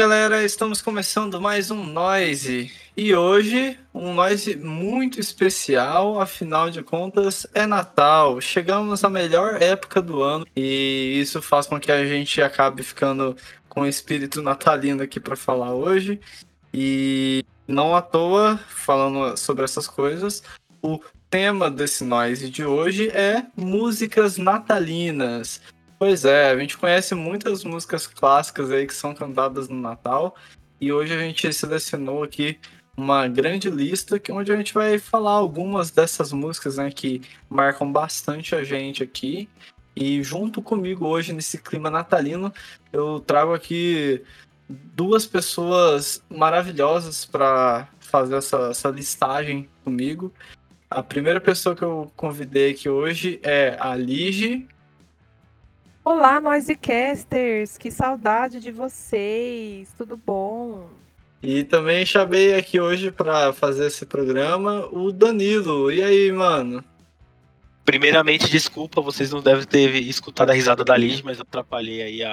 Galera, estamos começando mais um Noise. E hoje, um Noise muito especial, afinal de contas, é Natal. Chegamos à melhor época do ano e isso faz com que a gente acabe ficando com o espírito natalino aqui para falar hoje. E não à toa, falando sobre essas coisas, o tema desse Noise de hoje é músicas natalinas. Pois é, a gente conhece muitas músicas clássicas aí que são cantadas no Natal, e hoje a gente selecionou aqui uma grande lista onde a gente vai falar algumas dessas músicas, né, que marcam bastante a gente aqui. E junto comigo hoje nesse clima natalino, eu trago aqui duas pessoas maravilhosas para fazer essa listagem comigo. A primeira pessoa que eu convidei aqui hoje é a Lige. Olá, Noisecasters! Que saudade de vocês! Tudo bom? E também chamei aqui hoje para fazer esse programa o Danilo. E aí, mano? Primeiramente, desculpa, vocês não devem ter escutado a risada da Liz, mas eu atrapalhei aí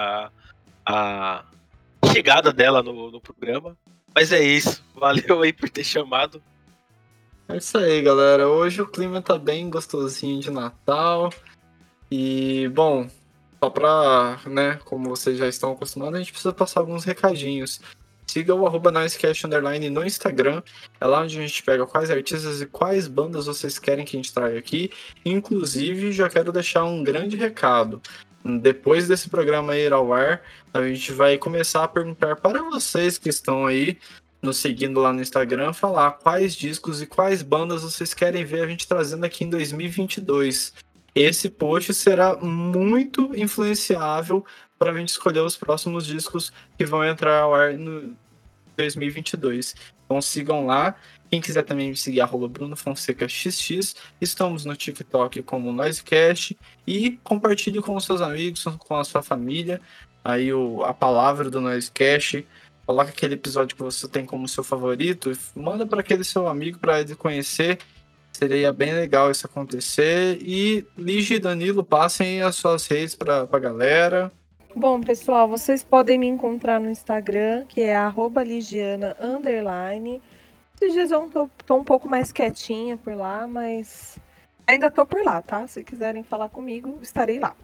a chegada dela no programa. Mas é isso, valeu aí por ter chamado. É isso aí, galera. Hoje o clima tá bem gostosinho de Natal. E, bom, só pra, né, como vocês já estão acostumados, a gente precisa passar alguns recadinhos. Siga o @noisecast_ no Instagram. É lá onde a gente pega quais artistas e quais bandas vocês querem que a gente traga aqui. Inclusive, já quero deixar um grande recado. Depois desse programa ir ao ar, a gente vai começar a perguntar para vocês que estão aí nos seguindo lá no Instagram, falar quais discos e quais bandas vocês querem ver a gente trazendo aqui em 2022. Esse post será muito influenciável para a gente escolher os próximos discos que vão entrar ao ar no 2022. Então sigam lá. Quem quiser também me seguir, @BrunoFonsecaXX. Estamos no TikTok como Noisecast. E compartilhe com os seus amigos, com a sua família, aí a palavra do Noisecast. Coloca aquele episódio que você tem como seu favorito e manda para aquele seu amigo para ele conhecer. Seria bem legal isso acontecer. E Lige e Danilo, passem as suas redes para a galera. Bom, pessoal, vocês podem me encontrar no Instagram, que é @ligiana_. Esses dias eu tô um pouco mais quietinha por lá, mas ainda tô por lá, tá? Se quiserem falar comigo, estarei lá.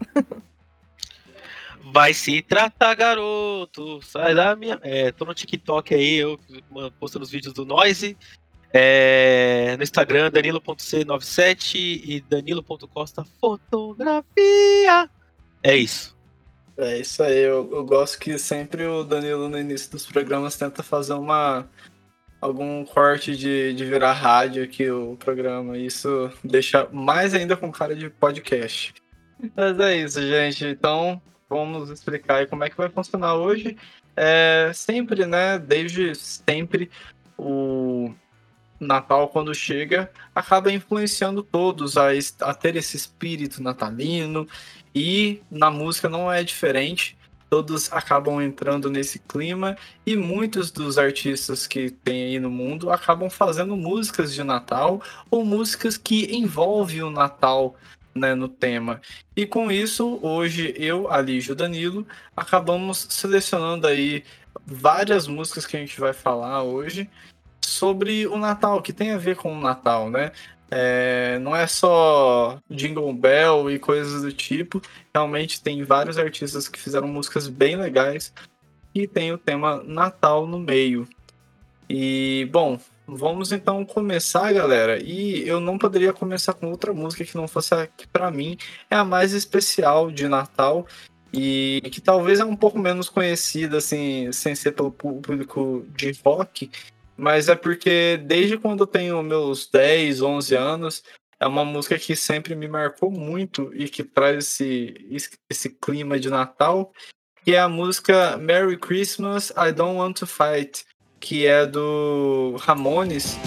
Vai se tratar, garoto, sai da minha... tô no TikTok aí, eu postando os vídeos do Noise. No Instagram, danilo.c97 e danilo.costa fotografia. É isso. É isso aí, eu gosto que sempre o Danilo no início dos programas tenta fazer algum corte de virar rádio aqui o programa. Isso deixa mais ainda com cara de podcast. Mas é isso, gente. Então, vamos explicar aí como é que vai funcionar hoje. Sempre, né? Desde sempre, o Natal, quando chega, acaba influenciando todos a ter esse espírito natalino, e na música não é diferente. Todos acabam entrando nesse clima e muitos dos artistas que tem aí no mundo acabam fazendo músicas de Natal ou músicas que envolvem o Natal, né, no tema. E com isso, hoje eu, a Lígia e o Danilo acabamos selecionando aí várias músicas que a gente vai falar hoje sobre o Natal, que tem a ver com o Natal, né? Não é só Jingle Bell e coisas do tipo. Realmente tem vários artistas que fizeram músicas bem legais e tem o tema Natal no meio. E, bom, vamos então começar, galera. E eu não poderia começar com outra música que não fosse a que, para mim, é a mais especial de Natal e que talvez é um pouco menos conhecida, assim, sem ser pelo público de rock, mas é porque desde quando eu tenho meus 10, 11 anos, é uma música que sempre me marcou muito e que traz esse clima de Natal, que é a música Merry Christmas, I Don't Want to Fight, que é do Ramones.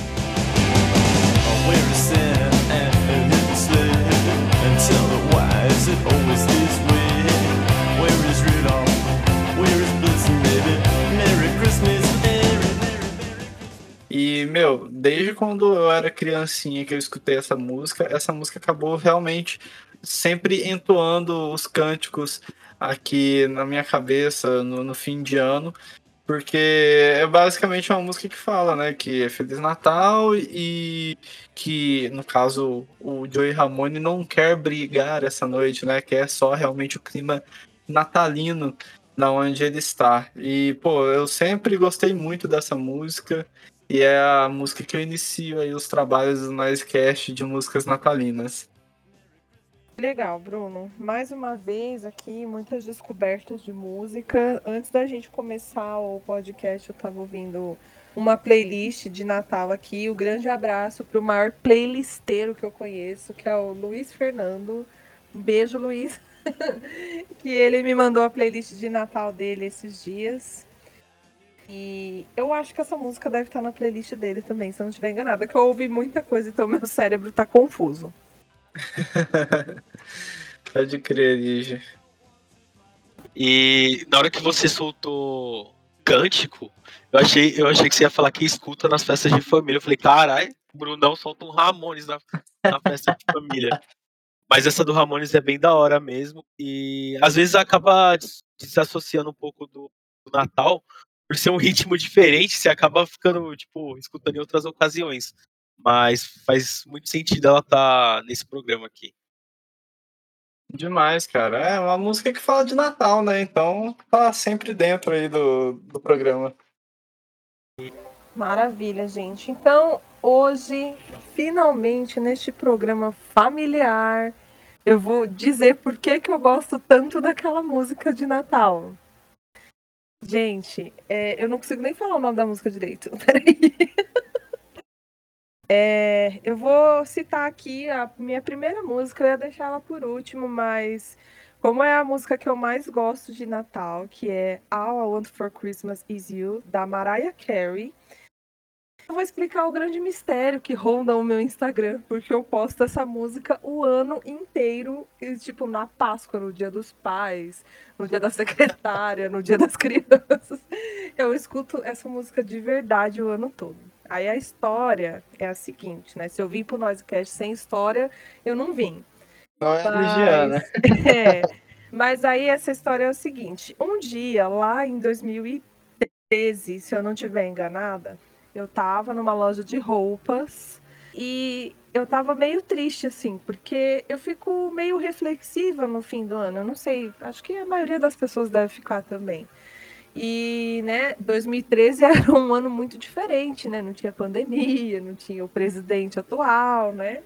E, meu, desde quando eu era criancinha que eu escutei essa música acabou realmente sempre entoando os cânticos aqui na minha cabeça no fim de ano, porque é basicamente uma música que fala, né, que é Feliz Natal e que, no caso, o Joey Ramone não quer brigar essa noite, né, que é só realmente o clima natalino na onde ele está. E, pô, eu sempre gostei muito dessa música e é a música que eu inicio aí os trabalhos do Noisecast de músicas natalinas. Legal, Bruno. Mais uma vez aqui, muitas descobertas de música. Antes da gente começar o podcast, eu estava ouvindo uma playlist de Natal aqui. Um grande abraço para o maior playlisteiro que eu conheço, que é o Luiz Fernando. Um beijo, Luiz. Que ele me mandou a playlist de Natal dele esses dias. E eu acho que essa música deve estar na playlist dele também, se eu não estiver enganada, que eu ouvi muita coisa, então meu cérebro está confuso. Pode crer, Lígia. E na hora que você soltou Cântico, eu achei que você ia falar que escuta nas festas de família. Eu falei, carai, o Brunão solta um Ramones na festa de família. Mas essa do Ramones é bem da hora mesmo. E às vezes acaba desassociando um pouco do Natal. Por ser um ritmo diferente, você acaba ficando, tipo, escutando em outras ocasiões. Mas faz muito sentido ela estar nesse programa aqui. Demais, cara. É uma música que fala de Natal, né? Então tá sempre dentro aí do programa. Maravilha, gente. Então, hoje, finalmente, neste programa familiar, eu vou dizer por que eu gosto tanto daquela música de Natal. Gente, eu não consigo nem falar o nome da música direito. Peraí. Eu vou citar aqui a minha primeira música, eu ia deixar ela por último, mas como é a música que eu mais gosto de Natal, que é All I Want for Christmas Is You, da Mariah Carey, eu vou explicar o grande mistério que ronda o meu Instagram, porque eu posto essa música o ano inteiro, tipo, na Páscoa, no Dia dos Pais, no Dia da Secretária, no Dia das Crianças. Eu escuto essa música de verdade o ano todo. Aí a história é a seguinte, né? Se eu vim pro Noisecast sem história, eu não vim. Não é Ligiana. Mas, mas aí essa história é o seguinte. Um dia, lá em 2013, se eu não estiver enganada, eu tava numa loja de roupas e eu tava meio triste, assim, porque eu fico meio reflexiva no fim do ano. Eu não sei, acho que a maioria das pessoas deve ficar também. E, né, 2013 era um ano muito diferente, né? Não tinha pandemia, não tinha o presidente atual, né?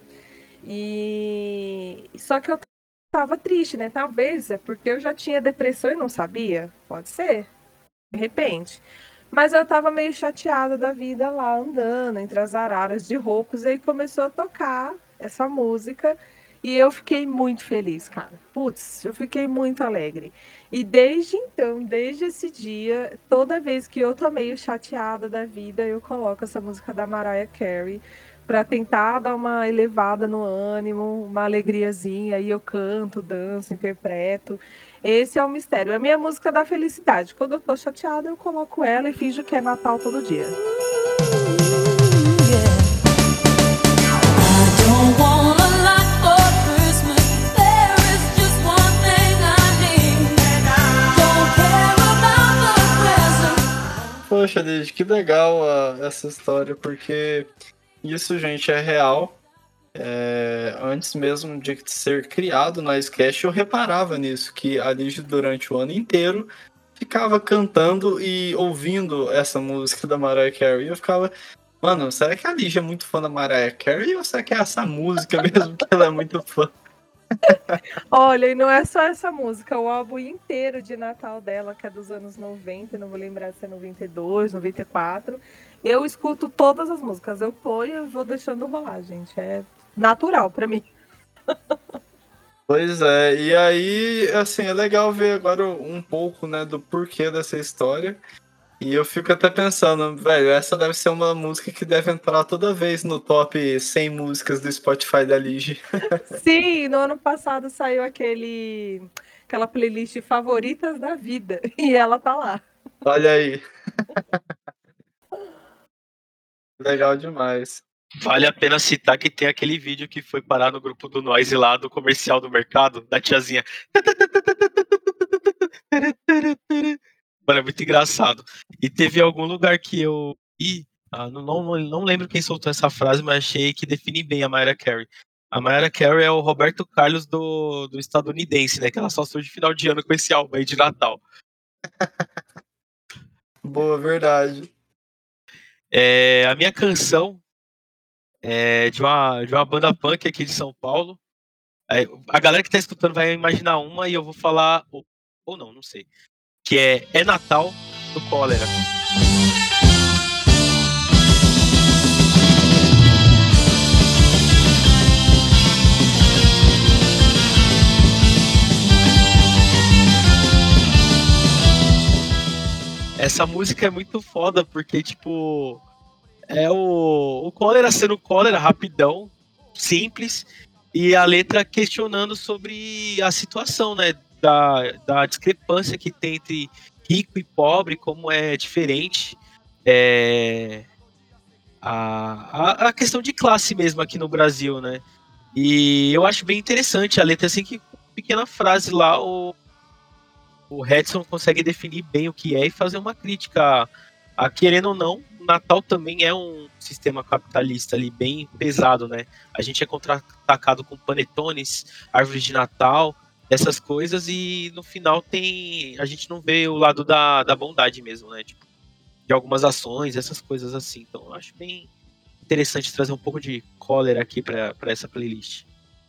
E só que eu tava triste, né? Talvez é porque eu já tinha depressão e não sabia. Pode ser, de repente. Mas eu tava meio chateada da vida lá, andando entre as araras de roupas, e aí começou a tocar essa música e eu fiquei muito feliz, cara. Putz, eu fiquei muito alegre. E desde então, desde esse dia, toda vez que eu tô meio chateada da vida, eu coloco essa música da Mariah Carey para tentar dar uma elevada no ânimo, uma alegriazinha, aí eu canto, danço, interpreto. Esse é o mistério. É a minha música da felicidade. Quando eu tô chateada, eu coloco ela e finjo que é Natal todo dia. Poxa, Ligia, que legal essa história, porque isso, gente, é real. Antes mesmo de ser criado na Sketch, eu reparava nisso, que a Ligia, durante o ano inteiro, ficava cantando e ouvindo essa música da Mariah Carey. E eu ficava, mano, será que a Ligia é muito fã da Mariah Carey ou será que é essa música mesmo que ela é muito fã? Olha, e não é só essa música, o álbum inteiro de Natal dela, que é dos anos 90, não vou lembrar se é 92, 94. Eu escuto todas as músicas, eu ponho e vou deixando rolar, gente. É natural pra mim. Pois é, e aí, assim, é legal ver agora um pouco, né, do porquê dessa história. E eu fico até pensando, velho, essa deve ser uma música que deve entrar toda vez no top 100 músicas do Spotify da Ligia. Sim, no ano passado saiu aquela playlist favoritas da vida e ela tá lá. Olha aí, legal demais. Vale a pena citar que tem aquele vídeo que foi parar no grupo do Noise lá do comercial do mercado, da tiazinha. Mano, é muito engraçado. E teve algum lugar que eu vi, não lembro quem soltou essa frase, mas achei que define bem a Mariah Carey. A Mariah Carey é o Roberto Carlos do estadunidense, né? Que ela só surge de final de ano com esse álbum aí de Natal. Boa, verdade. A minha canção é de uma banda punk aqui de São Paulo. A galera que tá escutando vai imaginar uma e eu vou falar, ou não sei. Que é Natal do Cólera. Essa música é muito foda porque, tipo, é o Cólera sendo Cólera, rapidão, simples, e a letra questionando sobre a situação, né, da discrepância que tem entre rico e pobre, como é diferente a questão de classe mesmo aqui no Brasil, né? E eu acho bem interessante a letra, assim, que pequena frase lá, o Redson consegue definir bem o que é e fazer uma crítica a, querendo ou não, o Natal também é um sistema capitalista ali bem pesado, né? A gente é contra-atacado com panetones, árvores de Natal, essas coisas, e no final a gente não vê o lado da bondade mesmo, né? Tipo, de algumas ações, essas coisas assim. Então eu acho bem interessante trazer um pouco de cólera aqui para essa playlist.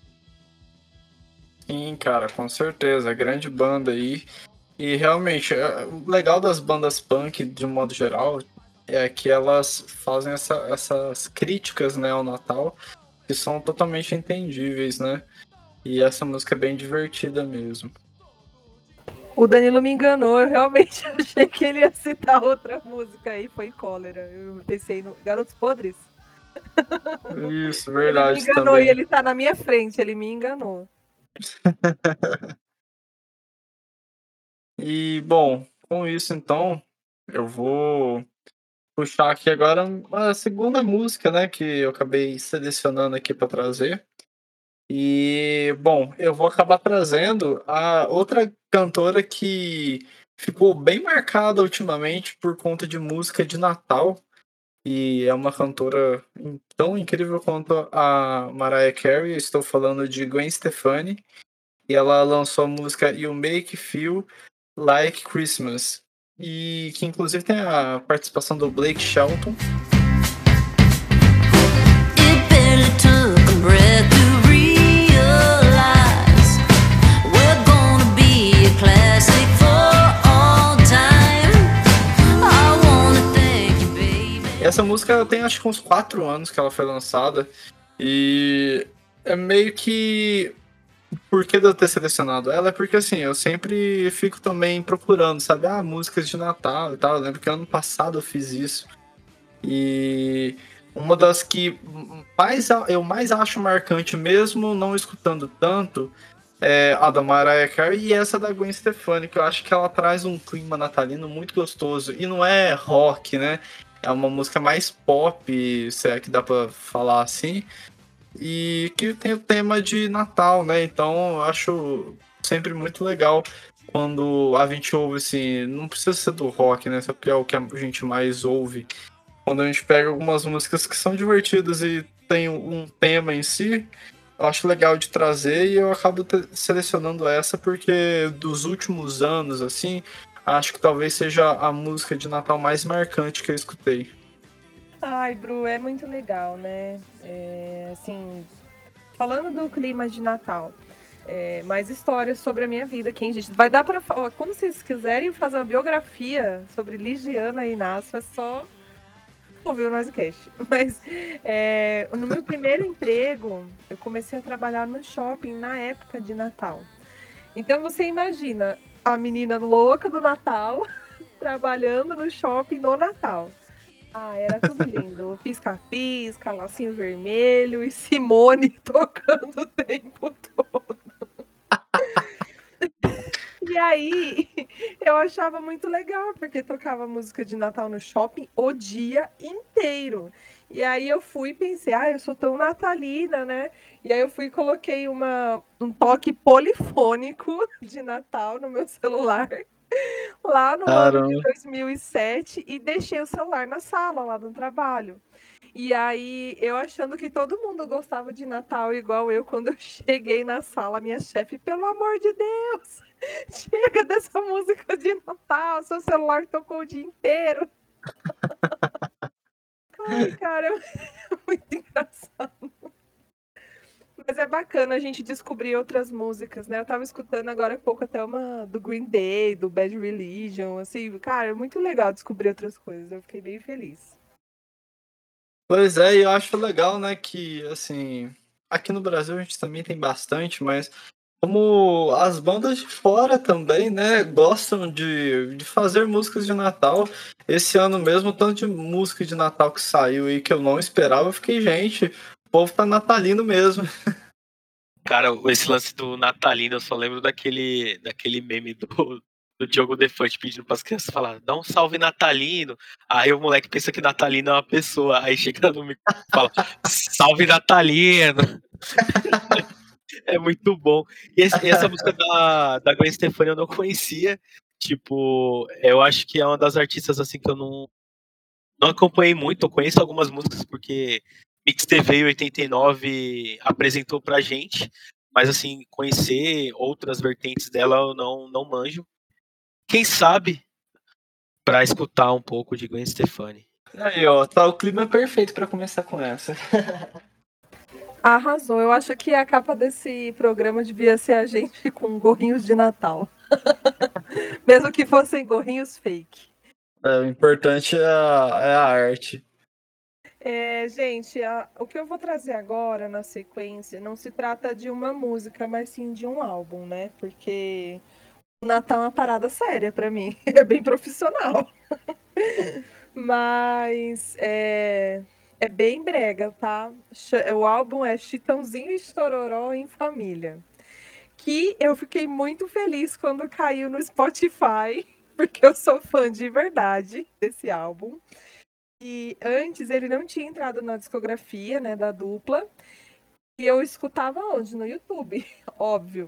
Sim, cara, com certeza. Grande banda aí. E realmente, o legal das bandas punk, de um modo geral, é que elas fazem essas críticas, né, ao Natal, que são totalmente entendíveis, né? E essa música é bem divertida mesmo. O Danilo me enganou, eu realmente achei que ele ia citar outra música aí, foi Cólera. Eu pensei no Garotos Podres. Isso, Ele me verdade enganou também. e ele tá na minha frente, ele me enganou. E, bom, com isso então, eu vou puxar aqui agora a segunda música, né, que eu acabei selecionando aqui para trazer. E, bom, eu vou acabar trazendo a outra cantora que ficou bem marcada ultimamente por conta de música de Natal. E é uma cantora tão incrível quanto a Mariah Carey. Eu estou falando de Gwen Stefani. E ela lançou a música You Make Feel Like Christmas. E que inclusive tem a participação do Blake Shelton. It barely took a breath to realize we're gonna be a classic for all time. I wanna thank you, baby. Essa música tem acho que uns 4 anos que ela foi lançada. E é meio que. Por que de eu ter selecionado ela? É porque assim, eu sempre fico também procurando, sabe? Músicas de Natal e tal. Eu lembro que ano passado eu fiz isso. E uma das que eu mais acho marcante, mesmo não escutando tanto, é a da Mariah Carey e essa da Gwen Stefani, que eu acho que ela traz um clima natalino muito gostoso. E não é rock, né? É uma música mais pop, se é que dá pra falar assim. E que tem o tema de Natal, né? Então eu acho sempre muito legal quando a gente ouve assim, não precisa ser do rock, né? Só porque é o que a gente mais ouve. Quando a gente pega algumas músicas que são divertidas e tem um tema em si, eu acho legal de trazer e eu acabo selecionando essa porque dos últimos anos, assim, acho que talvez seja a música de Natal mais marcante que eu escutei. Ai, Bru, é muito legal, né? Assim, falando do clima de Natal, mais histórias sobre a minha vida aqui, gente. Vai dar pra falar, como vocês quiserem fazer uma biografia sobre Ligiana Inácio, é só ouvir o Noisecast. Mas no meu primeiro emprego, eu comecei a trabalhar no shopping na época de Natal. Então você imagina a menina louca do Natal trabalhando no shopping no Natal. Era tudo lindo. Pisca-pisca, lacinho vermelho e Simone tocando o tempo todo. E aí, eu achava muito legal, porque tocava música de Natal no shopping o dia inteiro. E aí eu fui e pensei, eu sou tão natalina, né? E aí eu fui e coloquei um toque polifônico de Natal no meu celular. lá no ano de Caramba. 2007 e deixei o celular na sala lá do trabalho. E aí, eu achando que todo mundo gostava de Natal igual eu, quando eu cheguei na sala, minha chefe, pelo amor de Deus, chega dessa música de Natal, seu celular tocou o dia inteiro. Ai, cara, é muito engraçado. Mas é bacana a gente descobrir outras músicas, né? Eu tava escutando agora há pouco até uma do Green Day, do Bad Religion, assim, cara, é muito legal descobrir outras coisas. Eu fiquei bem feliz. Pois é, e eu acho legal, né, que, assim, aqui no Brasil a gente também tem bastante, mas como as bandas de fora também, né, gostam de fazer músicas de Natal. Esse ano mesmo, o tanto de música de Natal que saiu e que eu não esperava, eu fiquei, gente, o povo tá natalino mesmo. Cara, esse lance do natalino, eu só lembro daquele meme do Diogo Defante pedindo pras crianças falar, dá um salve natalino. Aí o moleque pensa que natalino é uma pessoa. Aí chega no microfone e fala, salve natalino. É muito bom. E essa música da Gwen Stefani eu não conhecia. Tipo, eu acho que é uma das artistas assim que eu não acompanhei muito. Eu conheço algumas músicas porque Mix TV em 89 apresentou pra gente. Mas assim, conhecer outras vertentes dela eu não manjo. Quem sabe pra escutar um pouco de Gwen Stefani. Aí, ó, tá o clima perfeito pra começar com essa. Arrasou. Eu acho que a capa desse programa devia ser a gente com gorrinhos de Natal. Mesmo que fossem gorrinhos fake. O importante é a arte. Gente, o que eu vou trazer agora na sequência não se trata de uma música, mas sim de um álbum, né? Porque o Natal é uma parada séria pra mim. É bem profissional. Mas é bem brega, tá? O álbum é Chitãozinho e Chororó em Família. Que eu fiquei muito feliz quando caiu no Spotify, porque eu sou fã de verdade desse álbum. E antes ele não tinha entrado na discografia, né, da dupla. E eu escutava onde? No YouTube, óbvio.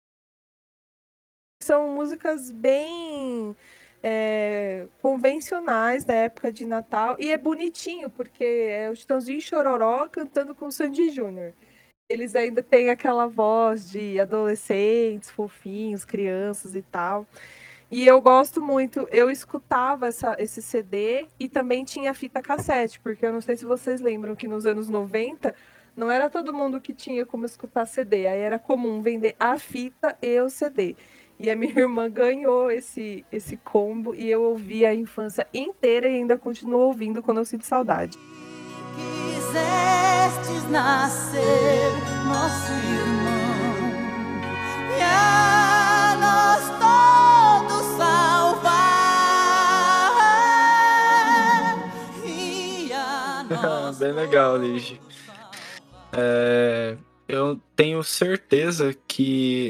São músicas bem convencionais da época de Natal. E é bonitinho, porque é o Chitãozinho e Chororó cantando com o Sandy Júnior. Eles ainda têm aquela voz de adolescentes, fofinhos, crianças e tal. E eu gosto muito, eu escutava esse CD e também tinha fita cassete, porque eu não sei se vocês lembram que nos anos 90 não era todo mundo que tinha como escutar CD, aí era comum vender a fita e o CD. E a minha irmã ganhou esse combo e eu ouvi a infância inteira e ainda continuo ouvindo quando eu sinto saudade. Quisestes nascer nosso irmão e a nós todos salvar e a nós Bem legal, Lige. Eu tenho certeza que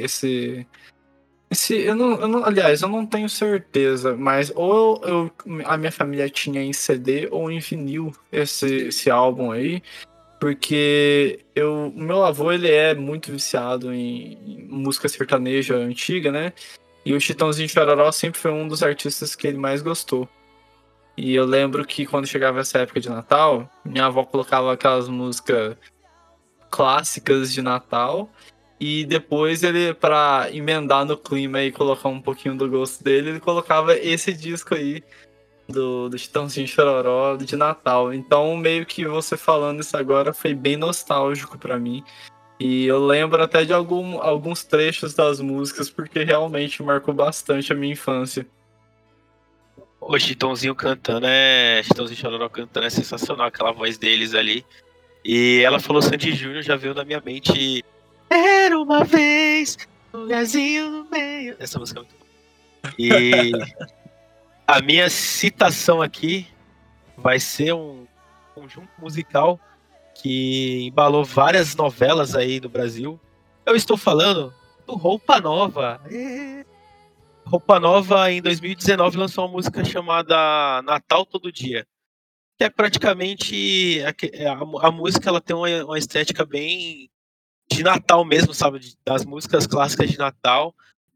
aliás, eu não tenho certeza, mas ou a minha família tinha em CD ou em vinil esse álbum aí, porque o meu avô, ele é muito viciado em música sertaneja antiga, né? E o Chitãozinho e Chororó sempre foi um dos artistas que ele mais gostou. E eu lembro que quando chegava essa época de Natal, minha avó colocava aquelas músicas clássicas de Natal. E depois ele, pra emendar no clima e colocar um pouquinho do gosto dele, ele colocava esse disco aí do Chitãozinho e Chororó de Natal. Então, meio que você falando isso agora foi bem nostálgico pra mim. E eu lembro até de alguns trechos das músicas, porque realmente marcou bastante a minha infância. O Chitãozinho Chitãozinho e Chororó cantando é sensacional, aquela voz deles ali. E ela falou Sandy Júnior, já veio na minha mente. Era uma vez, um lugarzinho no meio. Essa música é muito boa. E a minha citação aqui vai ser um conjunto musical que embalou várias novelas aí no Brasil. Eu estou falando do Roupa Nova. Roupa Nova, em 2019, lançou uma música chamada Natal Todo Dia. Que é praticamente a música, ela tem uma estética bem de Natal mesmo, sabe? Das músicas clássicas de Natal.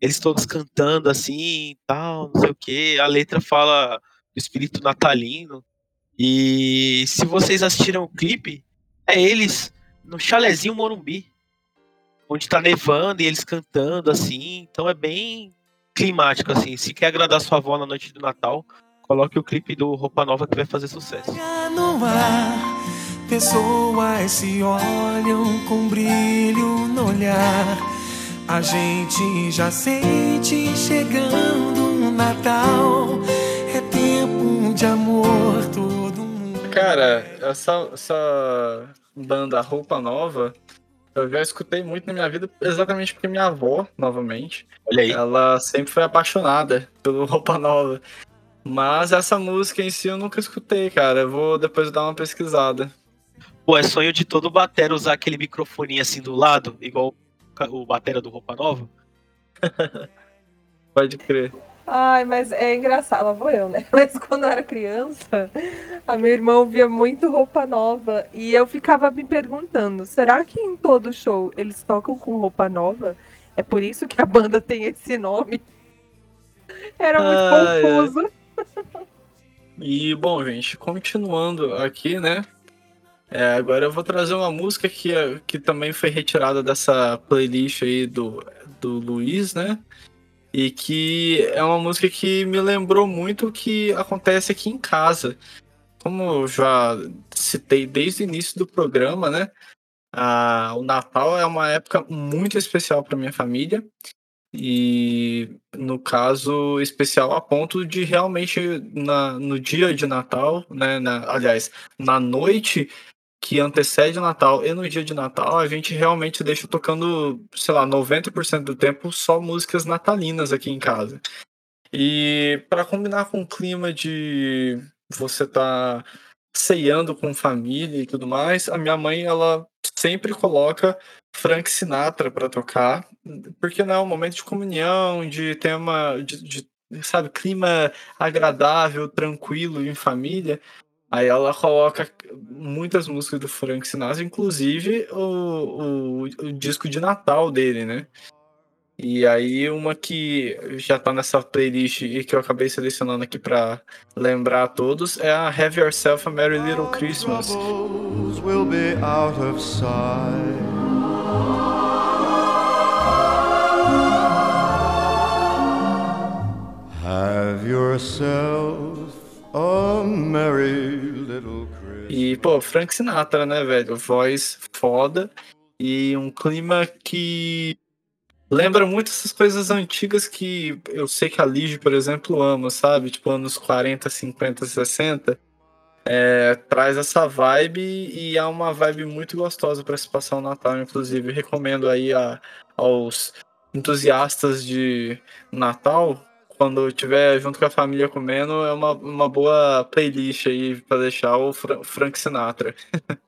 eles todos cantando assim, tal, não sei o quê. A letra fala do espírito natalino. E se vocês assistiram o clipe, é eles no chalezinho Morumbi, onde tá nevando e eles cantando assim. Então é bem climático assim. Se quer agradar sua avó na noite do Natal, coloque o clipe do Roupa Nova que vai fazer sucesso. No ar, pessoas se olham com brilho no olhar. A gente já sente chegando o Natal. É tempo de amor, todo mundo. Cara, essa banda Roupa Nova, eu já escutei muito na minha vida, exatamente porque minha avó, novamente, Olha aí. ela sempre foi apaixonada pelo Roupa Nova. Mas essa música em si eu nunca escutei, cara. Eu vou depois dar uma pesquisada. Pô, é sonho de todo batera usar aquele microfoninho assim do lado, igual o batera do Roupa Nova. Pode crer. Ai, mas é engraçado, lá vou eu, né? Mas quando eu era criança, a minha irmã ouvia muito Roupa Nova e eu ficava me perguntando, será que em todo show eles tocam com roupa nova? É por isso que a banda tem esse nome? Era muito Ah, é. confuso. E, bom, gente, continuando aqui, né? Agora eu vou trazer uma música que também foi retirada dessa playlist aí do Luiz, né? E que é uma música que me lembrou muito o que acontece aqui em casa. Como eu já citei desde o início do programa, né? O Natal é uma época muito especial para minha família. E no caso especial a ponto de realmente no dia de Natal, né? Aliás, na noite que antecede o Natal e no dia de Natal, a gente realmente deixa tocando, sei lá, 90% do tempo só músicas natalinas aqui em casa. E para combinar com o clima de você tá ceando com família e tudo mais, a minha mãe, ela sempre coloca Frank Sinatra para tocar, porque não é um momento de comunhão, de ter sabe, clima agradável, tranquilo em família. Aí ela coloca muitas músicas do Frank Sinatra, inclusive o disco de Natal dele, né? E aí uma que já tá nessa playlist e que eu acabei selecionando aqui pra lembrar a todos é a Have Yourself a Merry Little Christmas. Troubles will be out of sight. Have yourself a merry little Christmas. E, pô, Frank Sinatra, né, velho? Voz foda e um clima que lembra muito essas coisas antigas que eu sei que a Lige, por exemplo, ama, sabe? Tipo, anos 40, 50, 60. Traz essa vibe e é uma vibe muito gostosa para se passar o Natal, inclusive. Recomendo aí aos entusiastas de Natal, quando estiver junto com a família comendo, é uma boa playlist aí para deixar o Frank Sinatra.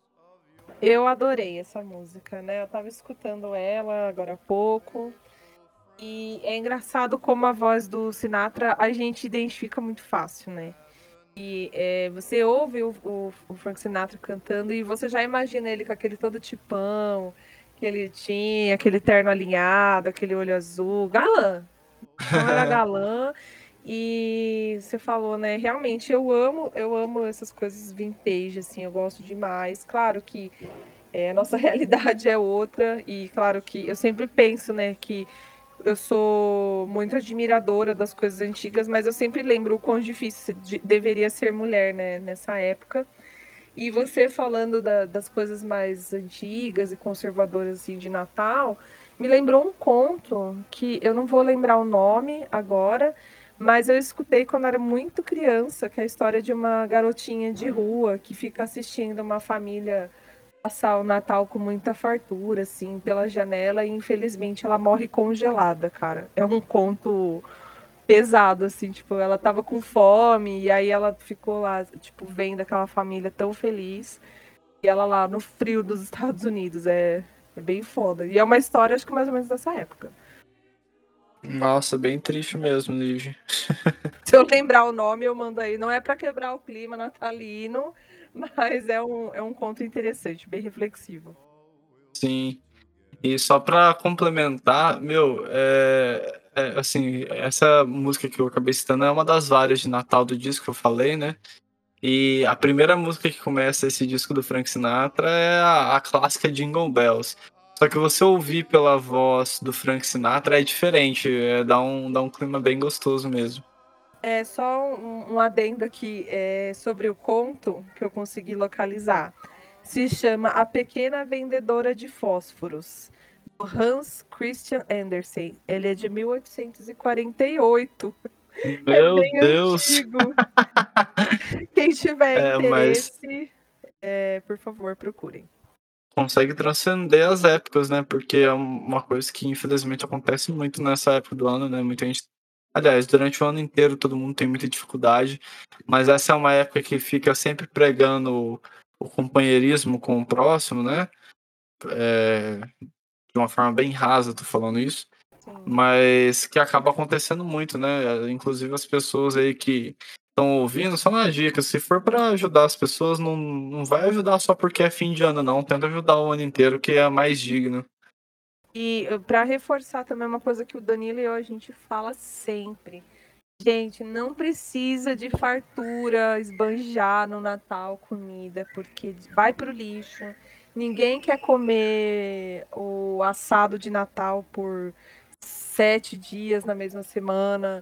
Eu adorei essa música, né? Eu tava escutando ela agora há pouco. E é engraçado como a voz do Sinatra a gente identifica muito fácil, né? E você ouve o Frank Sinatra cantando e você já imagina ele com aquele todo tipão que ele tinha, aquele terno alinhado, aquele olho azul, galã. Então era galã. E você falou, né? Realmente eu amo essas coisas vintage, assim, eu gosto demais. Claro que a nossa realidade é outra, e claro que eu sempre penso, né, que eu sou muito admiradora das coisas antigas, mas eu sempre lembro o quão difícil deveria ser mulher, né, nessa época. E você falando das coisas mais antigas e conservadoras assim, de Natal, me lembrou um conto que eu não vou lembrar o nome agora, mas eu escutei quando era muito criança, que é a história de uma garotinha de rua que fica assistindo uma família passar o Natal com muita fartura, assim, pela janela, e infelizmente ela morre congelada, cara. É um conto pesado, assim, tipo, ela tava com fome, e aí ela ficou lá, tipo, vendo aquela família tão feliz, e ela lá no frio dos Estados Unidos. É bem foda. E é uma história, acho que mais ou menos dessa época. Nossa, bem triste mesmo, Lige. Se eu lembrar o nome, eu mando aí. Não é para quebrar o clima natalino, mas é um conto interessante, bem reflexivo. Sim. E só pra complementar, meu, assim, essa música que eu acabei citando é uma das várias de Natal do disco que eu falei, né? E a primeira música que começa esse disco do Frank Sinatra é a clássica Jingle Bells. Só que você ouvir pela voz do Frank Sinatra é diferente, dá um clima bem gostoso mesmo. É só um adendo aqui sobre o conto que eu consegui localizar. Se chama A Pequena Vendedora de Fósforos, do Hans Christian Andersen. Ele é de 1848. É Meu bem Deus! antigo. Quem tiver Mas interesse, por favor, procurem. consegue transcender as épocas, né? Porque é uma coisa que infelizmente acontece muito nessa época do ano, né? Muita gente. Aliás, durante o ano inteiro todo mundo tem muita dificuldade, mas essa é uma época que fica sempre pregando o companheirismo com o próximo, né? É, de uma forma bem rasa, tô falando isso, Sim. mas que acaba acontecendo muito, né? Inclusive as pessoas aí que estão ouvindo, só uma dica, se for para ajudar as pessoas, não vai ajudar só porque é fim de ano, não. Tenta ajudar o ano inteiro, que é mais digno. E para reforçar também uma coisa que o Danilo e eu a gente fala sempre. Gente, não precisa de fartura, esbanjar no Natal comida, porque vai pro lixo. Ninguém quer comer o assado de Natal por 7 dias na mesma semana.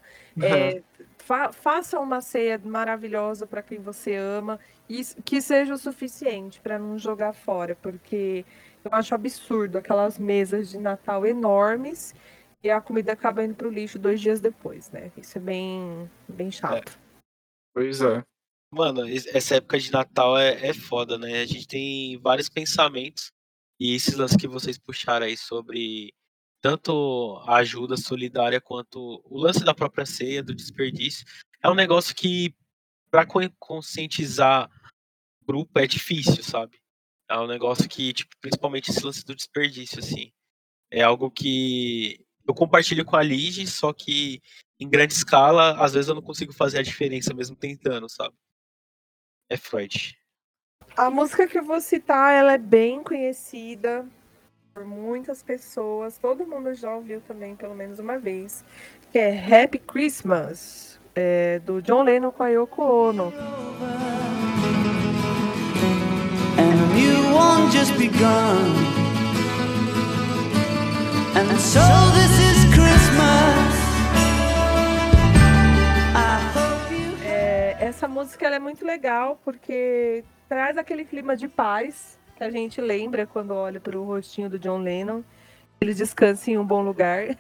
Faça uma ceia maravilhosa para quem você ama e que seja o suficiente para não jogar fora, porque eu acho absurdo aquelas mesas de Natal enormes e a comida acaba indo pro lixo 2 dias depois, né? Isso é bem chato. Pois é. Mano, essa época de Natal é foda, né? A gente tem vários pensamentos e esses lances que vocês puxaram aí sobre tanto a ajuda solidária quanto o lance da própria ceia, do desperdício, é um negócio que, para conscientizar o grupo, é difícil, sabe? É um negócio que, tipo, principalmente esse lance do desperdício, assim, é algo que eu compartilho com a Lige, só que em grande escala, às vezes eu não consigo fazer a diferença mesmo tentando, sabe? É Freud. A música que eu vou citar, ela é bem conhecida por muitas pessoas. Todo mundo já ouviu também, pelo menos uma vez. Que é Happy Christmas, do John Lennon com a Yoko Ono. And a new one just begun. And so this is Christmas. Essa música ela é muito legal porque traz aquele clima de paz que a gente lembra quando olha para o rostinho do John Lennon. Ele descansa em um bom lugar.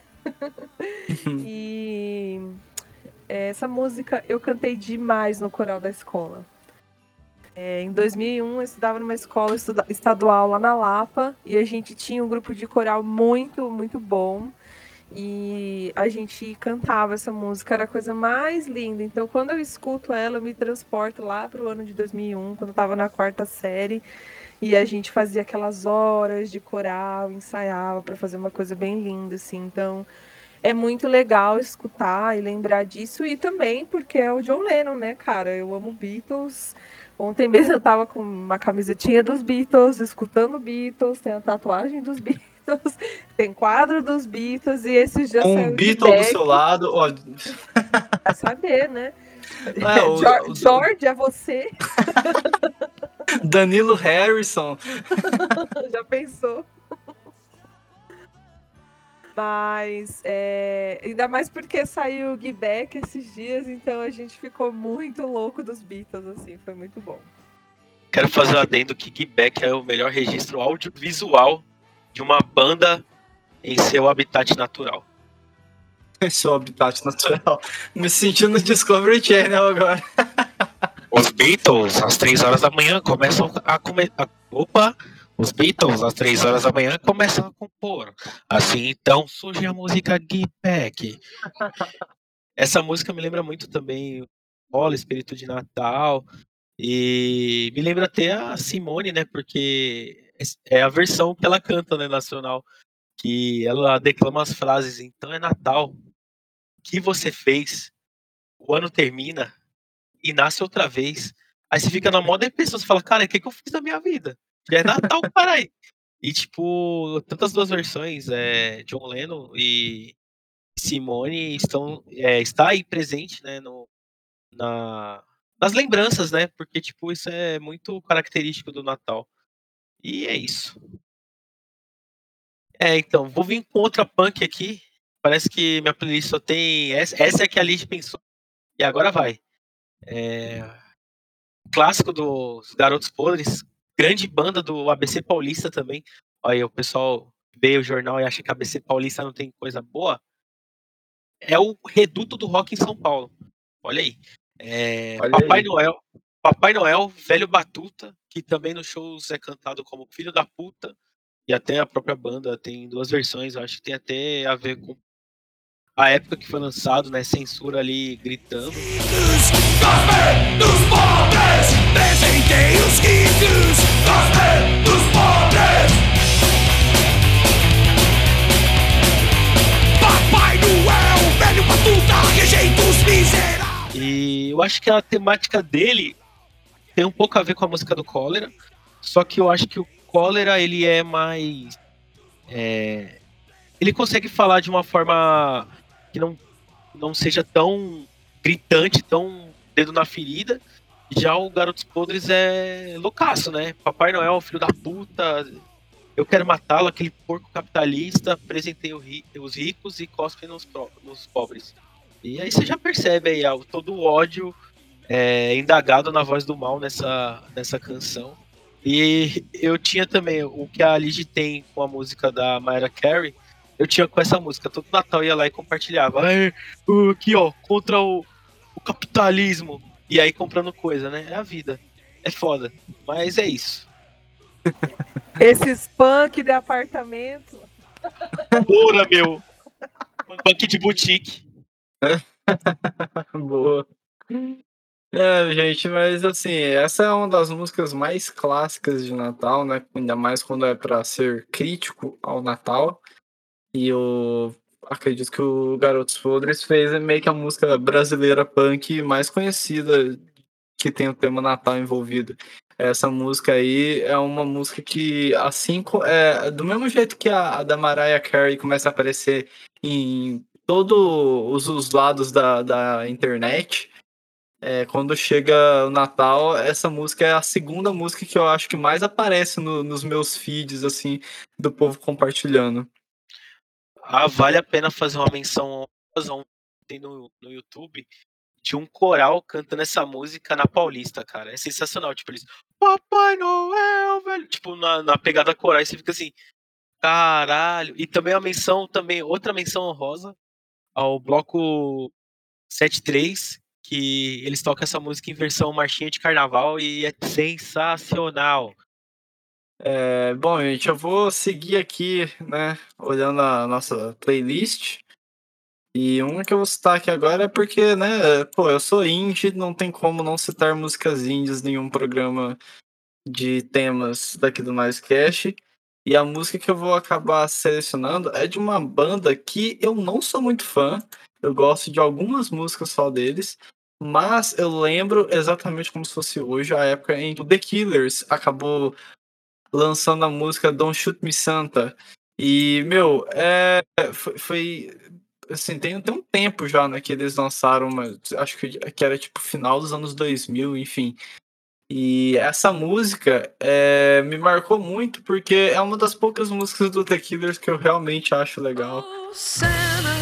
E essa música eu cantei demais no coral da escola. Em 2001 eu estudava numa escola estadual lá na Lapa e a gente tinha um grupo de coral muito, muito bom. E a gente cantava essa música, era a coisa mais linda. Então, quando eu escuto ela, eu me transporto lá para o ano de 2001, quando eu estava na 4ª série. E a gente fazia aquelas horas de coral, ensaiava para fazer uma coisa bem linda, assim. Então, é muito legal escutar e lembrar disso. E também porque é o John Lennon, né, cara? Eu amo Beatles. Ontem mesmo eu tava com uma camisetinha dos Beatles, escutando Beatles, tem a tatuagem dos Beatles. Tem quadro dos Beatles e esses dias Um Beatle do seu lado, ó. Vai saber, né? É, George, é você? Danilo Harrison. Já pensou? Mas ainda mais porque saiu o Get Back esses dias, então a gente ficou muito louco dos Beatles, assim, foi muito bom. Quero fazer um adendo que Get Back é o melhor registro audiovisual de uma banda em seu habitat natural. Seu habitat natural. Me sentindo no Discovery Channel agora. Os Beatles, às 3 horas da manhã, começam a comer. Opa! Os Beatles, às 3 horas da manhã, começam a compor. Assim, então, surge a música Get Back. Essa música me lembra muito também Rola, Espírito de Natal. E me lembra até a Simone, né? Porque é a versão que ela canta, né, nacional. Que ela declama as frases, então é Natal. O que você fez? O ano termina e nasce outra vez. Aí você fica na mó depressão, você fala, cara, o que eu fiz da minha vida? Já é Natal, caralho. E tipo, tantas duas versões, John Lennon e Simone está aí presente, né, nas lembranças, né? Porque, tipo, isso é muito característico do Natal. E é isso. Então, vou vir com outra punk aqui. Parece que minha playlist só tem. Essa é que a Liz pensou. E agora vai. Clássico dos Garotos Podres. Grande banda do ABC Paulista também. Aí o pessoal vê o jornal e acha que a ABC Paulista não tem coisa boa. É o reduto do rock em São Paulo. Olha aí. Olha Papai aí. Noel. Papai Noel, Velho Batuta, que também nos shows é cantado como Filho da Puta. E até a própria banda tem duas versões. Eu acho que tem até a ver com a época que foi lançado, né? Censura ali gritando. Dos pobres, presentei os quintos, dos pobres. Papai Noel, velho batuta, rejeita os miseráveis. E eu acho que a temática dele tem um pouco a ver com a música do Cólera, só que eu acho que o Cólera ele é mais ele consegue falar de uma forma que não seja tão gritante, tão dedo na ferida. Já o Garotos Podres é loucaço, né? Papai Noel, filho da puta, eu quero matá-lo, aquele porco capitalista, apresentei os ricos e cospe nos pobres. E aí você já percebe aí todo o ódio indagado na voz do mal nessa canção. E eu tinha também o que a Ligy tem com a música da Mariah Carey, eu tinha com essa música. Todo Natal ia lá e compartilhava. Aqui, ó, contra o capitalismo. E aí comprando coisa, né? É a vida. É foda. Mas é isso. Esses punk de apartamento. Pura, meu. Punk de boutique. Boa. Gente, mas assim, essa é uma das músicas mais clássicas de Natal, né? Ainda mais quando é pra ser crítico ao Natal. E eu acredito que o Garotos Podres fez meio que a música brasileira punk mais conhecida que tem o tema Natal envolvido. Essa música aí é uma música que, assim, do mesmo jeito que a da Mariah Carey começa a aparecer em todos os lados da internet, quando chega o Natal, essa música é a segunda música que eu acho que mais aparece nos meus feeds, assim, do povo compartilhando. Vale a pena fazer uma menção tem no YouTube de um coral cantando essa música na Paulista, cara. É sensacional. Tipo, eles. Papai Noel, velho. Tipo, na pegada coral. E você fica assim. Caralho. E também outra menção honrosa ao bloco 73, que eles tocam essa música em versão marchinha de carnaval e é sensacional. Bom, gente, eu vou seguir aqui, né, olhando a nossa playlist. E uma que eu vou citar aqui agora é porque, né, pô, eu sou indie, não tem como não citar músicas indies em nenhum programa de temas daqui do Noisecast. E a música que eu vou acabar selecionando é de uma banda que eu não sou muito fã. Eu gosto de algumas músicas só deles. Mas eu lembro exatamente como se fosse hoje, a época em que o The Killers acabou lançando a música Don't Shoot Me Santa. E, meu, foi assim, tem um tempo já, né, que eles lançaram, mas acho que era tipo final dos anos 2000, enfim. E essa música me marcou muito porque é uma das poucas músicas do The Killers que eu realmente acho legal. Oh, Santa,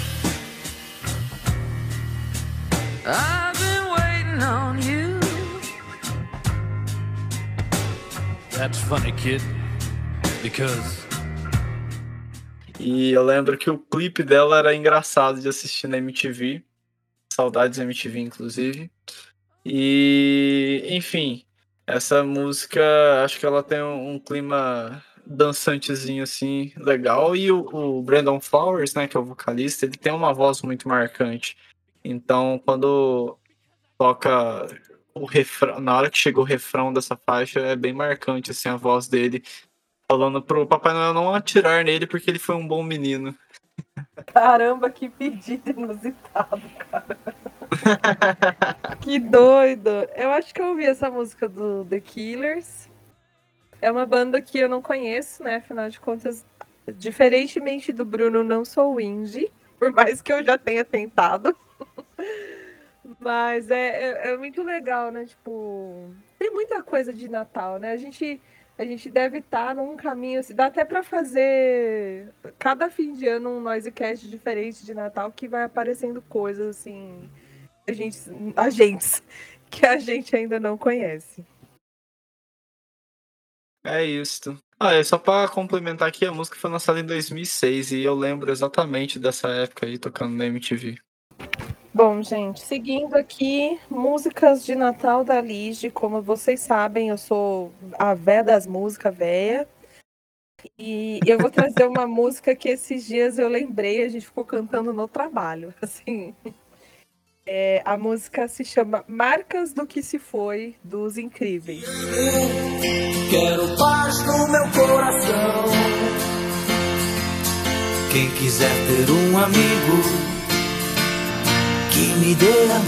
I've been waiting on you. That's funny, kid, because E eu lembro que o clipe dela era engraçado de assistir na MTV. Saudades MTV, inclusive. E, enfim, essa música, acho que ela tem um clima dançantezinho, assim, legal. E o Brandon Flowers, né, que é o vocalista, ele tem uma voz muito marcante. Então, quando toca o refrão, na hora que chega o refrão dessa faixa, é bem marcante, assim, a voz dele, falando pro Papai Noel não atirar nele porque ele foi um bom menino. Caramba, que pedido inusitado, cara. Que doido. Eu acho que eu ouvi essa música do The Killers. É uma banda que eu não conheço, né? Afinal de contas, diferentemente do Bruno, não sou indie. por mais que eu já tenha tentado. Mas é muito legal, né? Tipo, tem muita coisa de Natal, né? A gente deve estar num caminho, assim, dá até para fazer cada fim de ano um Noisecast diferente de Natal que vai aparecendo coisas assim, agentes que a gente ainda não conhece. É isso. É só pra complementar aqui, a música foi lançada em 2006 e eu lembro exatamente dessa época aí tocando na MTV. Bom, gente, seguindo aqui, músicas de Natal da Lige. Como vocês sabem, eu sou a véia das músicas, véia. E eu vou trazer uma música que esses dias eu lembrei, a gente ficou cantando no trabalho. Assim, a música se chama Marcas do que se foi, dos Incríveis. Quero paz no meu coração. Quem quiser ter um amigo que me dê a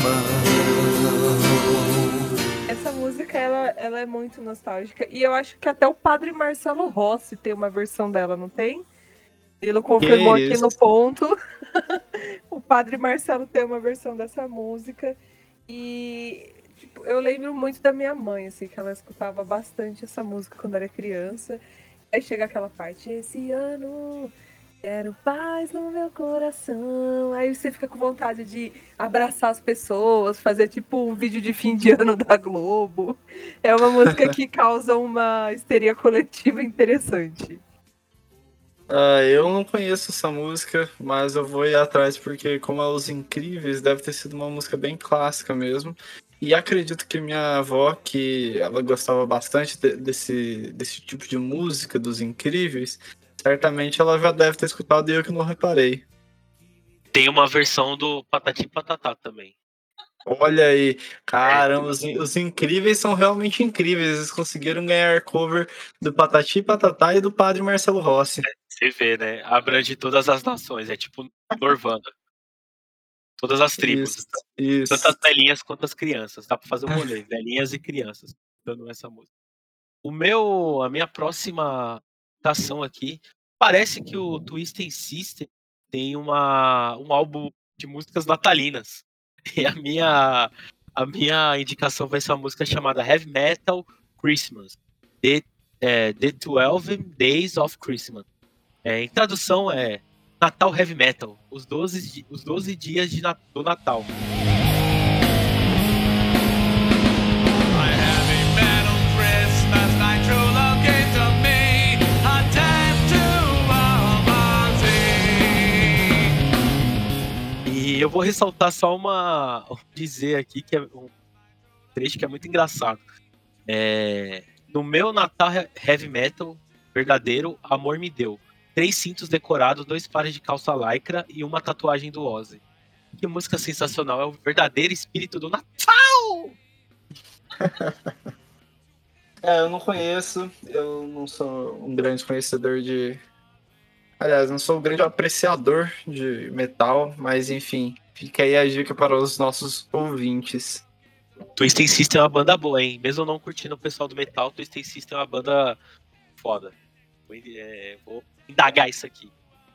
mão. Essa música, ela é muito nostálgica. E eu acho que até o Padre Marcelo Rossi tem uma versão dela, não tem? Ele confirmou aqui no ponto. O Padre Marcelo tem uma versão dessa música. E tipo, eu lembro muito da minha mãe, assim, que ela escutava bastante essa música quando era criança. Aí chega aquela parte, esse ano quero paz no meu coração. Aí você fica com vontade de abraçar as pessoas, fazer tipo um vídeo de fim de ano da Globo. É uma música que causa uma histeria coletiva interessante. Eu não conheço essa música, mas eu vou ir atrás porque, como é Os Incríveis, deve ter sido uma música bem clássica mesmo. E acredito que minha avó, que ela gostava bastante desse tipo de música dos Incríveis, certamente ela já deve ter escutado e eu que não reparei. Tem uma versão do Patati Patatá também. Olha aí, caramba, os Incríveis são realmente incríveis. Eles conseguiram ganhar cover do Patati Patatá e do Padre Marcelo Rossi. Você vê, né? Abrange todas as nações. É tipo Norvana. Todas as tribos. Isso. Tanto as velhinhas quanto as crianças. Dá pra fazer um rolê. Velhinhas e crianças. Dando essa música. A minha próxima citação aqui. Parece que o Twisted Sister tem um álbum de músicas natalinas. E a minha indicação vai ser uma música chamada Heavy Metal Christmas. The 12 Days of Christmas. Em tradução é Natal Heavy Metal. Os 12 dias do Natal. E eu vou ressaltar só dizer aqui que é um trecho que é muito engraçado. No meu Natal Heavy Metal verdadeiro, amor me deu 3 cintos decorados, 2 pares de calça lycra e uma tatuagem do Ozzy. Que música sensacional, é o verdadeiro espírito do Natal! Eu não conheço, eu não sou um grande conhecedor de... Aliás, não sou um grande apreciador de metal, mas enfim, fica aí a dica para os nossos ouvintes. Twisted Sister é uma banda boa, hein? Mesmo não curtindo o pessoal do metal, Twisted Sister é uma banda foda. Vou indagar isso aqui.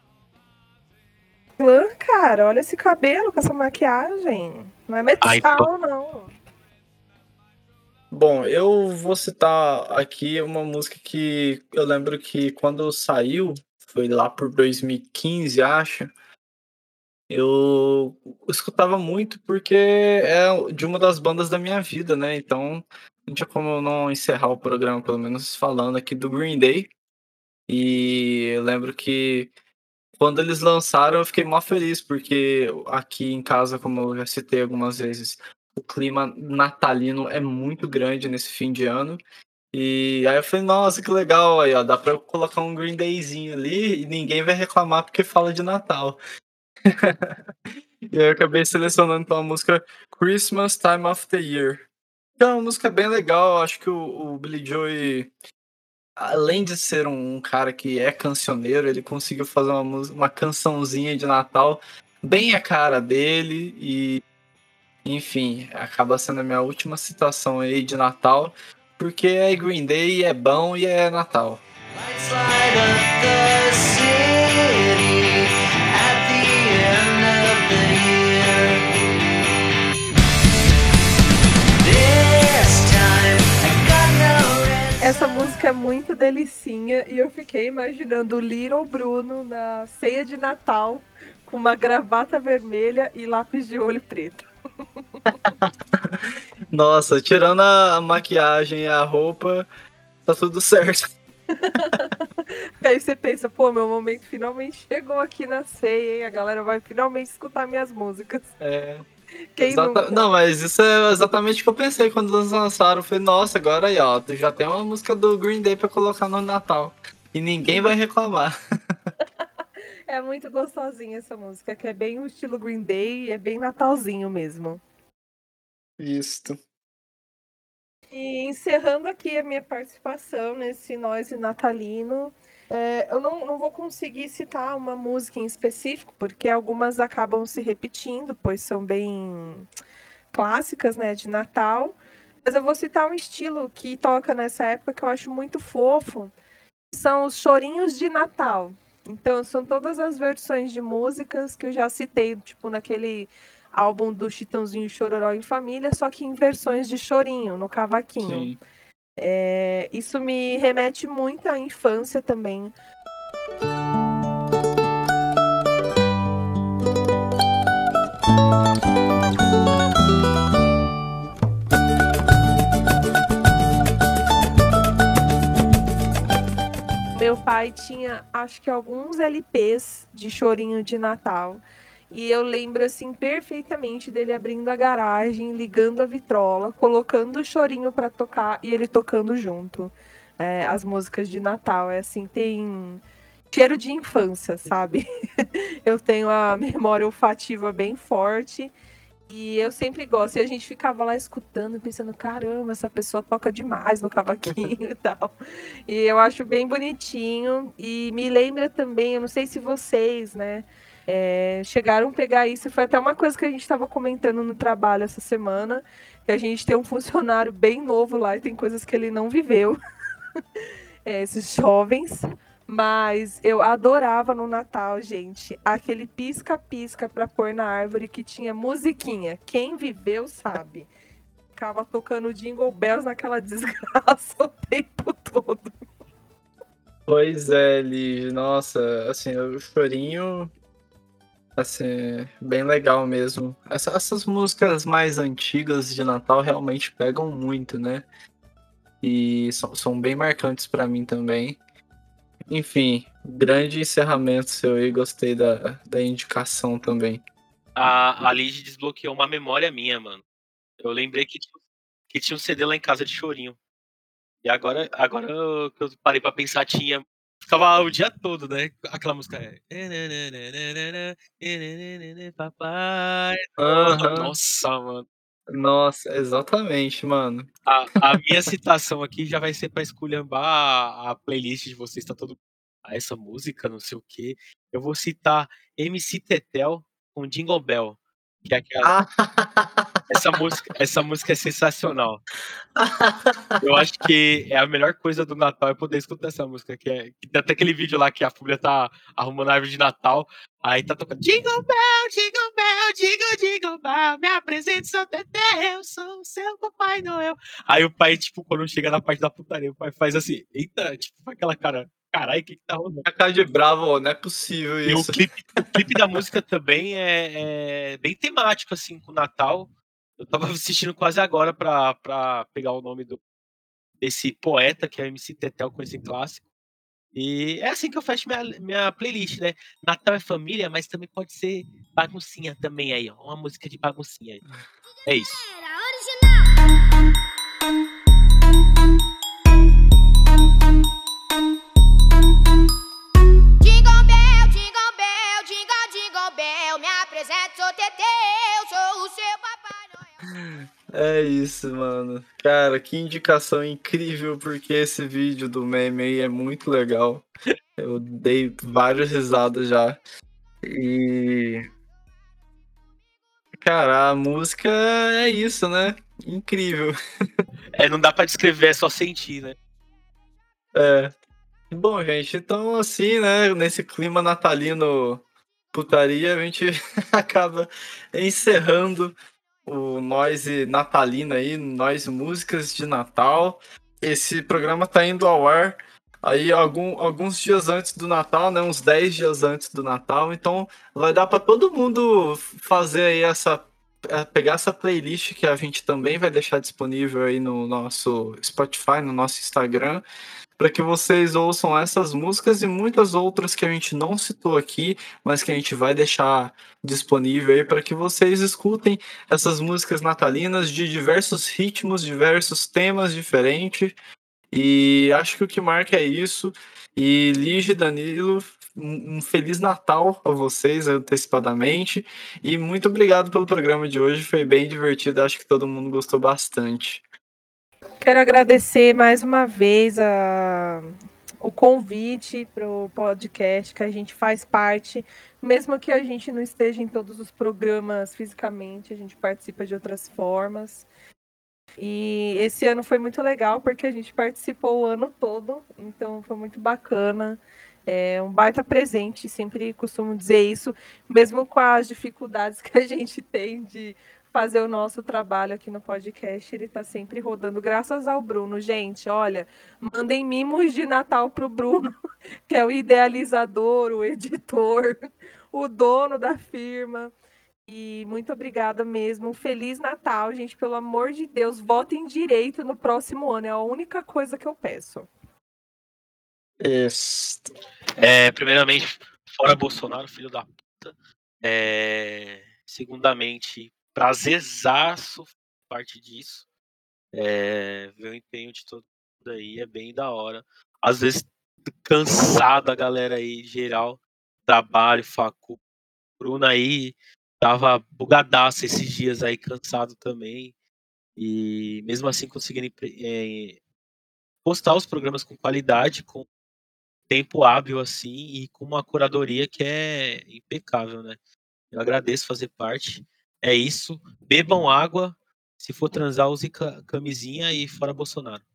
Cara, olha esse cabelo com essa maquiagem. Não é metal, não. Bom, eu vou citar aqui uma música que eu lembro que quando saiu, foi lá por 2015, acho, eu escutava muito porque é de uma das bandas da minha vida, né? Então não tinha como eu não encerrar o programa, pelo menos falando aqui do Green Day. E eu lembro que quando eles lançaram eu fiquei mó feliz, porque aqui em casa, como eu já citei algumas vezes, o clima natalino é muito grande nesse fim de ano. E aí eu falei, nossa, que legal, aí ó, dá pra eu colocar um Green Dayzinho ali e ninguém vai reclamar porque fala de Natal. E aí eu acabei selecionando então a música Christmas Time of the Year. Que é uma música bem legal, acho que o Billy Joel, além de ser um cara que é cancioneiro, ele conseguiu fazer uma cançãozinha de Natal bem a cara dele e, enfim, acaba sendo a minha última citação aí de Natal, porque é Green Day, é bom e é Natal. Lights light up the city at the end Essa música é muito delicinha e eu fiquei imaginando o Little Bruno na ceia de Natal com uma gravata vermelha e lápis de olho preto. Nossa, tirando a maquiagem e a roupa, tá tudo certo. Aí você pensa, pô, meu momento finalmente chegou aqui na ceia, hein? A galera vai finalmente escutar minhas músicas. É. Quem nunca? Não, mas isso é exatamente o que eu pensei quando eles lançaram. Eu falei, nossa, agora aí, ó, tu já tem uma música do Green Day pra colocar no Natal. E ninguém vai reclamar. É muito gostosinha essa música, que é bem o estilo Green Day, é bem natalzinho mesmo. Isso. E encerrando aqui a minha participação nesse Noise natalino, eu não vou conseguir citar uma música em específico, porque algumas acabam se repetindo, pois são bem clássicas, né, de Natal. Mas eu vou citar um estilo que toca nessa época que eu acho muito fofo, são os chorinhos de Natal. Então, são todas as versões de músicas que eu já citei, tipo naquele álbum do Chitãozinho e Chororó em Família, só que em versões de chorinho, no cavaquinho. Sim. Isso me remete muito à infância também. Meu pai tinha, acho que alguns LPs de chorinho de Natal. E eu lembro, assim, perfeitamente dele abrindo a garagem, ligando a vitrola, colocando o chorinho para tocar e ele tocando junto. As músicas de Natal, assim, tem cheiro de infância, sabe? Eu tenho a memória olfativa bem forte. E eu sempre gosto. E a gente ficava lá escutando, pensando, caramba, essa pessoa toca demais no cavaquinho e tal. E eu acho bem bonitinho. E me lembra também, eu não sei se vocês, né, chegaram a pegar isso. Foi até uma coisa que a gente estava comentando no trabalho essa semana, que a gente tem um funcionário bem novo lá e tem coisas que ele não viveu. Esses jovens. Mas eu adorava no Natal, gente, aquele pisca-pisca para pôr na árvore que tinha musiquinha. Quem viveu sabe. Ficava tocando Jingle Bells naquela desgraça o tempo todo. Pois é, Liz. Nossa, assim, o chorinho, assim, bem legal mesmo. Essas músicas mais antigas de Natal realmente pegam muito, né? E são bem marcantes pra mim também. Enfim, grande encerramento seu aí, gostei da indicação também. A Liz desbloqueou uma memória minha, mano. Eu lembrei que tinha um CD lá em casa de chorinho. E agora que eu parei pra pensar, tinha. Ficava o dia todo, né? Aquela música Papai. Aham. Nossa, mano. Nossa, exatamente, mano. A minha citação aqui já vai ser pra esculhambar a playlist de vocês, tá todo. Essa música, não sei o quê. Eu vou citar MC Tetel com Jingle Bell. Que é aquela. Essa música é sensacional. Eu acho que é a melhor coisa do Natal é poder escutar essa música. Que tem até aquele vídeo lá que a Fúlia tá arrumando a árvore de Natal. Aí tá tocando Jingle Bell, Jingle Bell, Jingle, Jingle Bell. Me apresente, São Teté, eu sou o seu Papai Noel. Aí o pai, tipo, quando chega na parte da putaria, o pai faz assim, eita, tipo, faz aquela cara, caralho, o que tá rolando? A cara de bravo, ó, não é possível E isso. o clipe da música também é bem temático, assim, com o Natal. Eu tava assistindo quase agora pra pegar o nome desse poeta, que é o MC Tetel, com esse clássico. E é assim que eu fecho minha playlist, né? Natal é família, mas também pode ser baguncinha também aí, ó. Uma música de baguncinha aí. É isso. Jingle bell, jingle bell, jingle, jingle bell. Me apresento, sou Tetê, eu sou o seu Papai Noel. É isso, mano. Cara, que indicação incrível, porque esse vídeo do meme aí é muito legal. Eu dei várias risadas já. E. Cara, a música é isso, né? Incrível. Não dá pra descrever, é só sentir, né? É. Bom, gente, então assim, né? Nesse clima natalino putaria, a gente acaba encerrando o Noise natalino aí, Noise Músicas de Natal. esse programa tá indo ao ar aí alguns dias antes do Natal, né? Uns 10 dias antes do Natal. Então vai dar para todo mundo fazer aí pegar essa playlist que a gente também vai deixar disponível aí no nosso Spotify, no nosso Instagram, para que vocês ouçam essas músicas e muitas outras que a gente não citou aqui, mas que a gente vai deixar disponível aí para que vocês escutem essas músicas natalinas de diversos ritmos, diversos temas diferentes. E acho que o que marca é isso. E Lige e Danilo, um Feliz Natal a vocês antecipadamente. E muito obrigado pelo programa de hoje, foi bem divertido, acho que todo mundo gostou bastante. Quero agradecer mais uma vez o convite para o podcast, que a gente faz parte, mesmo que a gente não esteja em todos os programas fisicamente, a gente participa de outras formas. E esse ano foi muito legal, porque a gente participou o ano todo, então foi muito bacana. É um baita presente, sempre costumo dizer isso, mesmo com as dificuldades que a gente tem de fazer o nosso trabalho aqui no podcast, ele está sempre rodando, graças ao Bruno. Gente, olha, mandem mimos de Natal para o Bruno, que é o idealizador, o editor, o dono da firma. E muito obrigada mesmo. Feliz Natal, gente. Pelo amor de Deus, votem direito no próximo ano. É a única coisa que eu peço. Isso. Primeiramente, fora Bolsonaro, filho da puta. Segundamente, prazerzaço parte disso. Ver o empenho de todo mundo aí é bem da hora. Às vezes, cansado a galera aí, geral, trabalho, facu. Bruno aí tava bugadaço esses dias aí, cansado também. E mesmo assim conseguindo postar os programas com qualidade, com tempo hábil assim e com uma curadoria que é impecável, né? Eu agradeço fazer parte. É isso. Bebam água. Se for transar, use camisinha e fora Bolsonaro.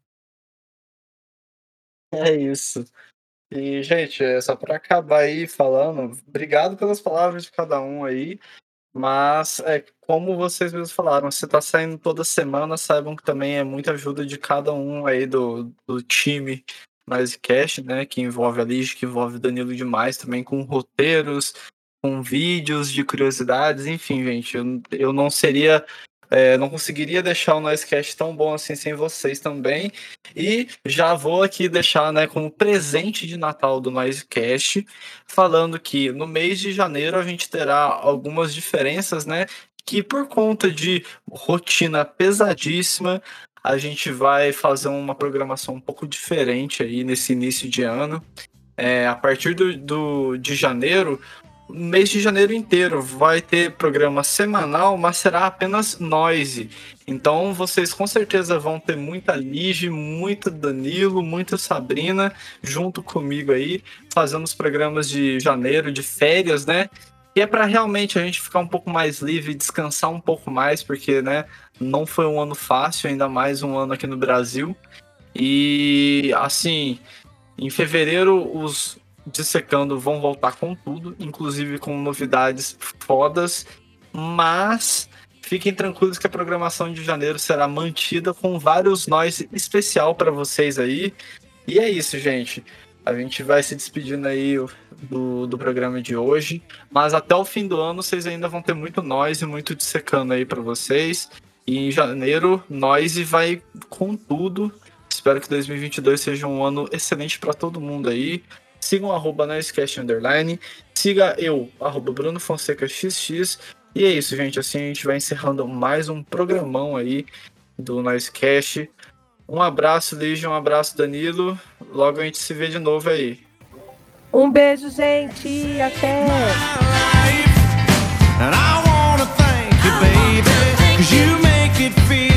É isso. E, gente, só para acabar aí falando, obrigado pelas palavras de cada um aí. Mas, como vocês mesmos falaram, se tá saindo toda semana, saibam que também é muita ajuda de cada um aí do time Noisecast, né? Que envolve a Lige, que envolve o Danilo demais, também com roteiros, com vídeos de curiosidades, enfim, gente, eu não seria. Não conseguiria deixar o Noisecast tão bom assim sem vocês também. E já vou aqui deixar, né, como presente de Natal do Noisecast, falando que no mês de janeiro a gente terá algumas diferenças, né? Que por conta de rotina pesadíssima, a gente vai fazer uma programação um pouco diferente aí nesse início de ano. A partir de janeiro, o mês de janeiro inteiro vai ter programa semanal, mas será apenas Noise. Então vocês com certeza vão ter muita Lige, muito Danilo, muita Sabrina junto comigo aí, fazendo os programas de janeiro, de férias, né? E é para realmente a gente ficar um pouco mais livre, descansar um pouco mais, porque, né, não foi um ano fácil, ainda mais um ano aqui no Brasil. E, assim, em fevereiro os Dissecando vão voltar com tudo, inclusive com novidades fodas, mas fiquem tranquilos que a programação de janeiro será mantida com vários nós especial para vocês aí. E é isso, gente. A gente vai se despedindo aí do programa de hoje, mas até o fim do ano vocês ainda vão ter muito Noise e muito Dissecando aí para vocês. E em janeiro, Noise vai com tudo. Espero que 2022 seja um ano excelente para todo mundo aí. Sigam @Noisecast_. Siga eu, @BrunoFonsecaXX. E é isso, gente. Assim a gente vai encerrando mais um programão aí do Noisecast. Um abraço, Lígia. Um abraço, Danilo. Logo a gente se vê de novo aí. Um beijo, gente. Até! And I wanna thank you, baby, 'cause you make it feel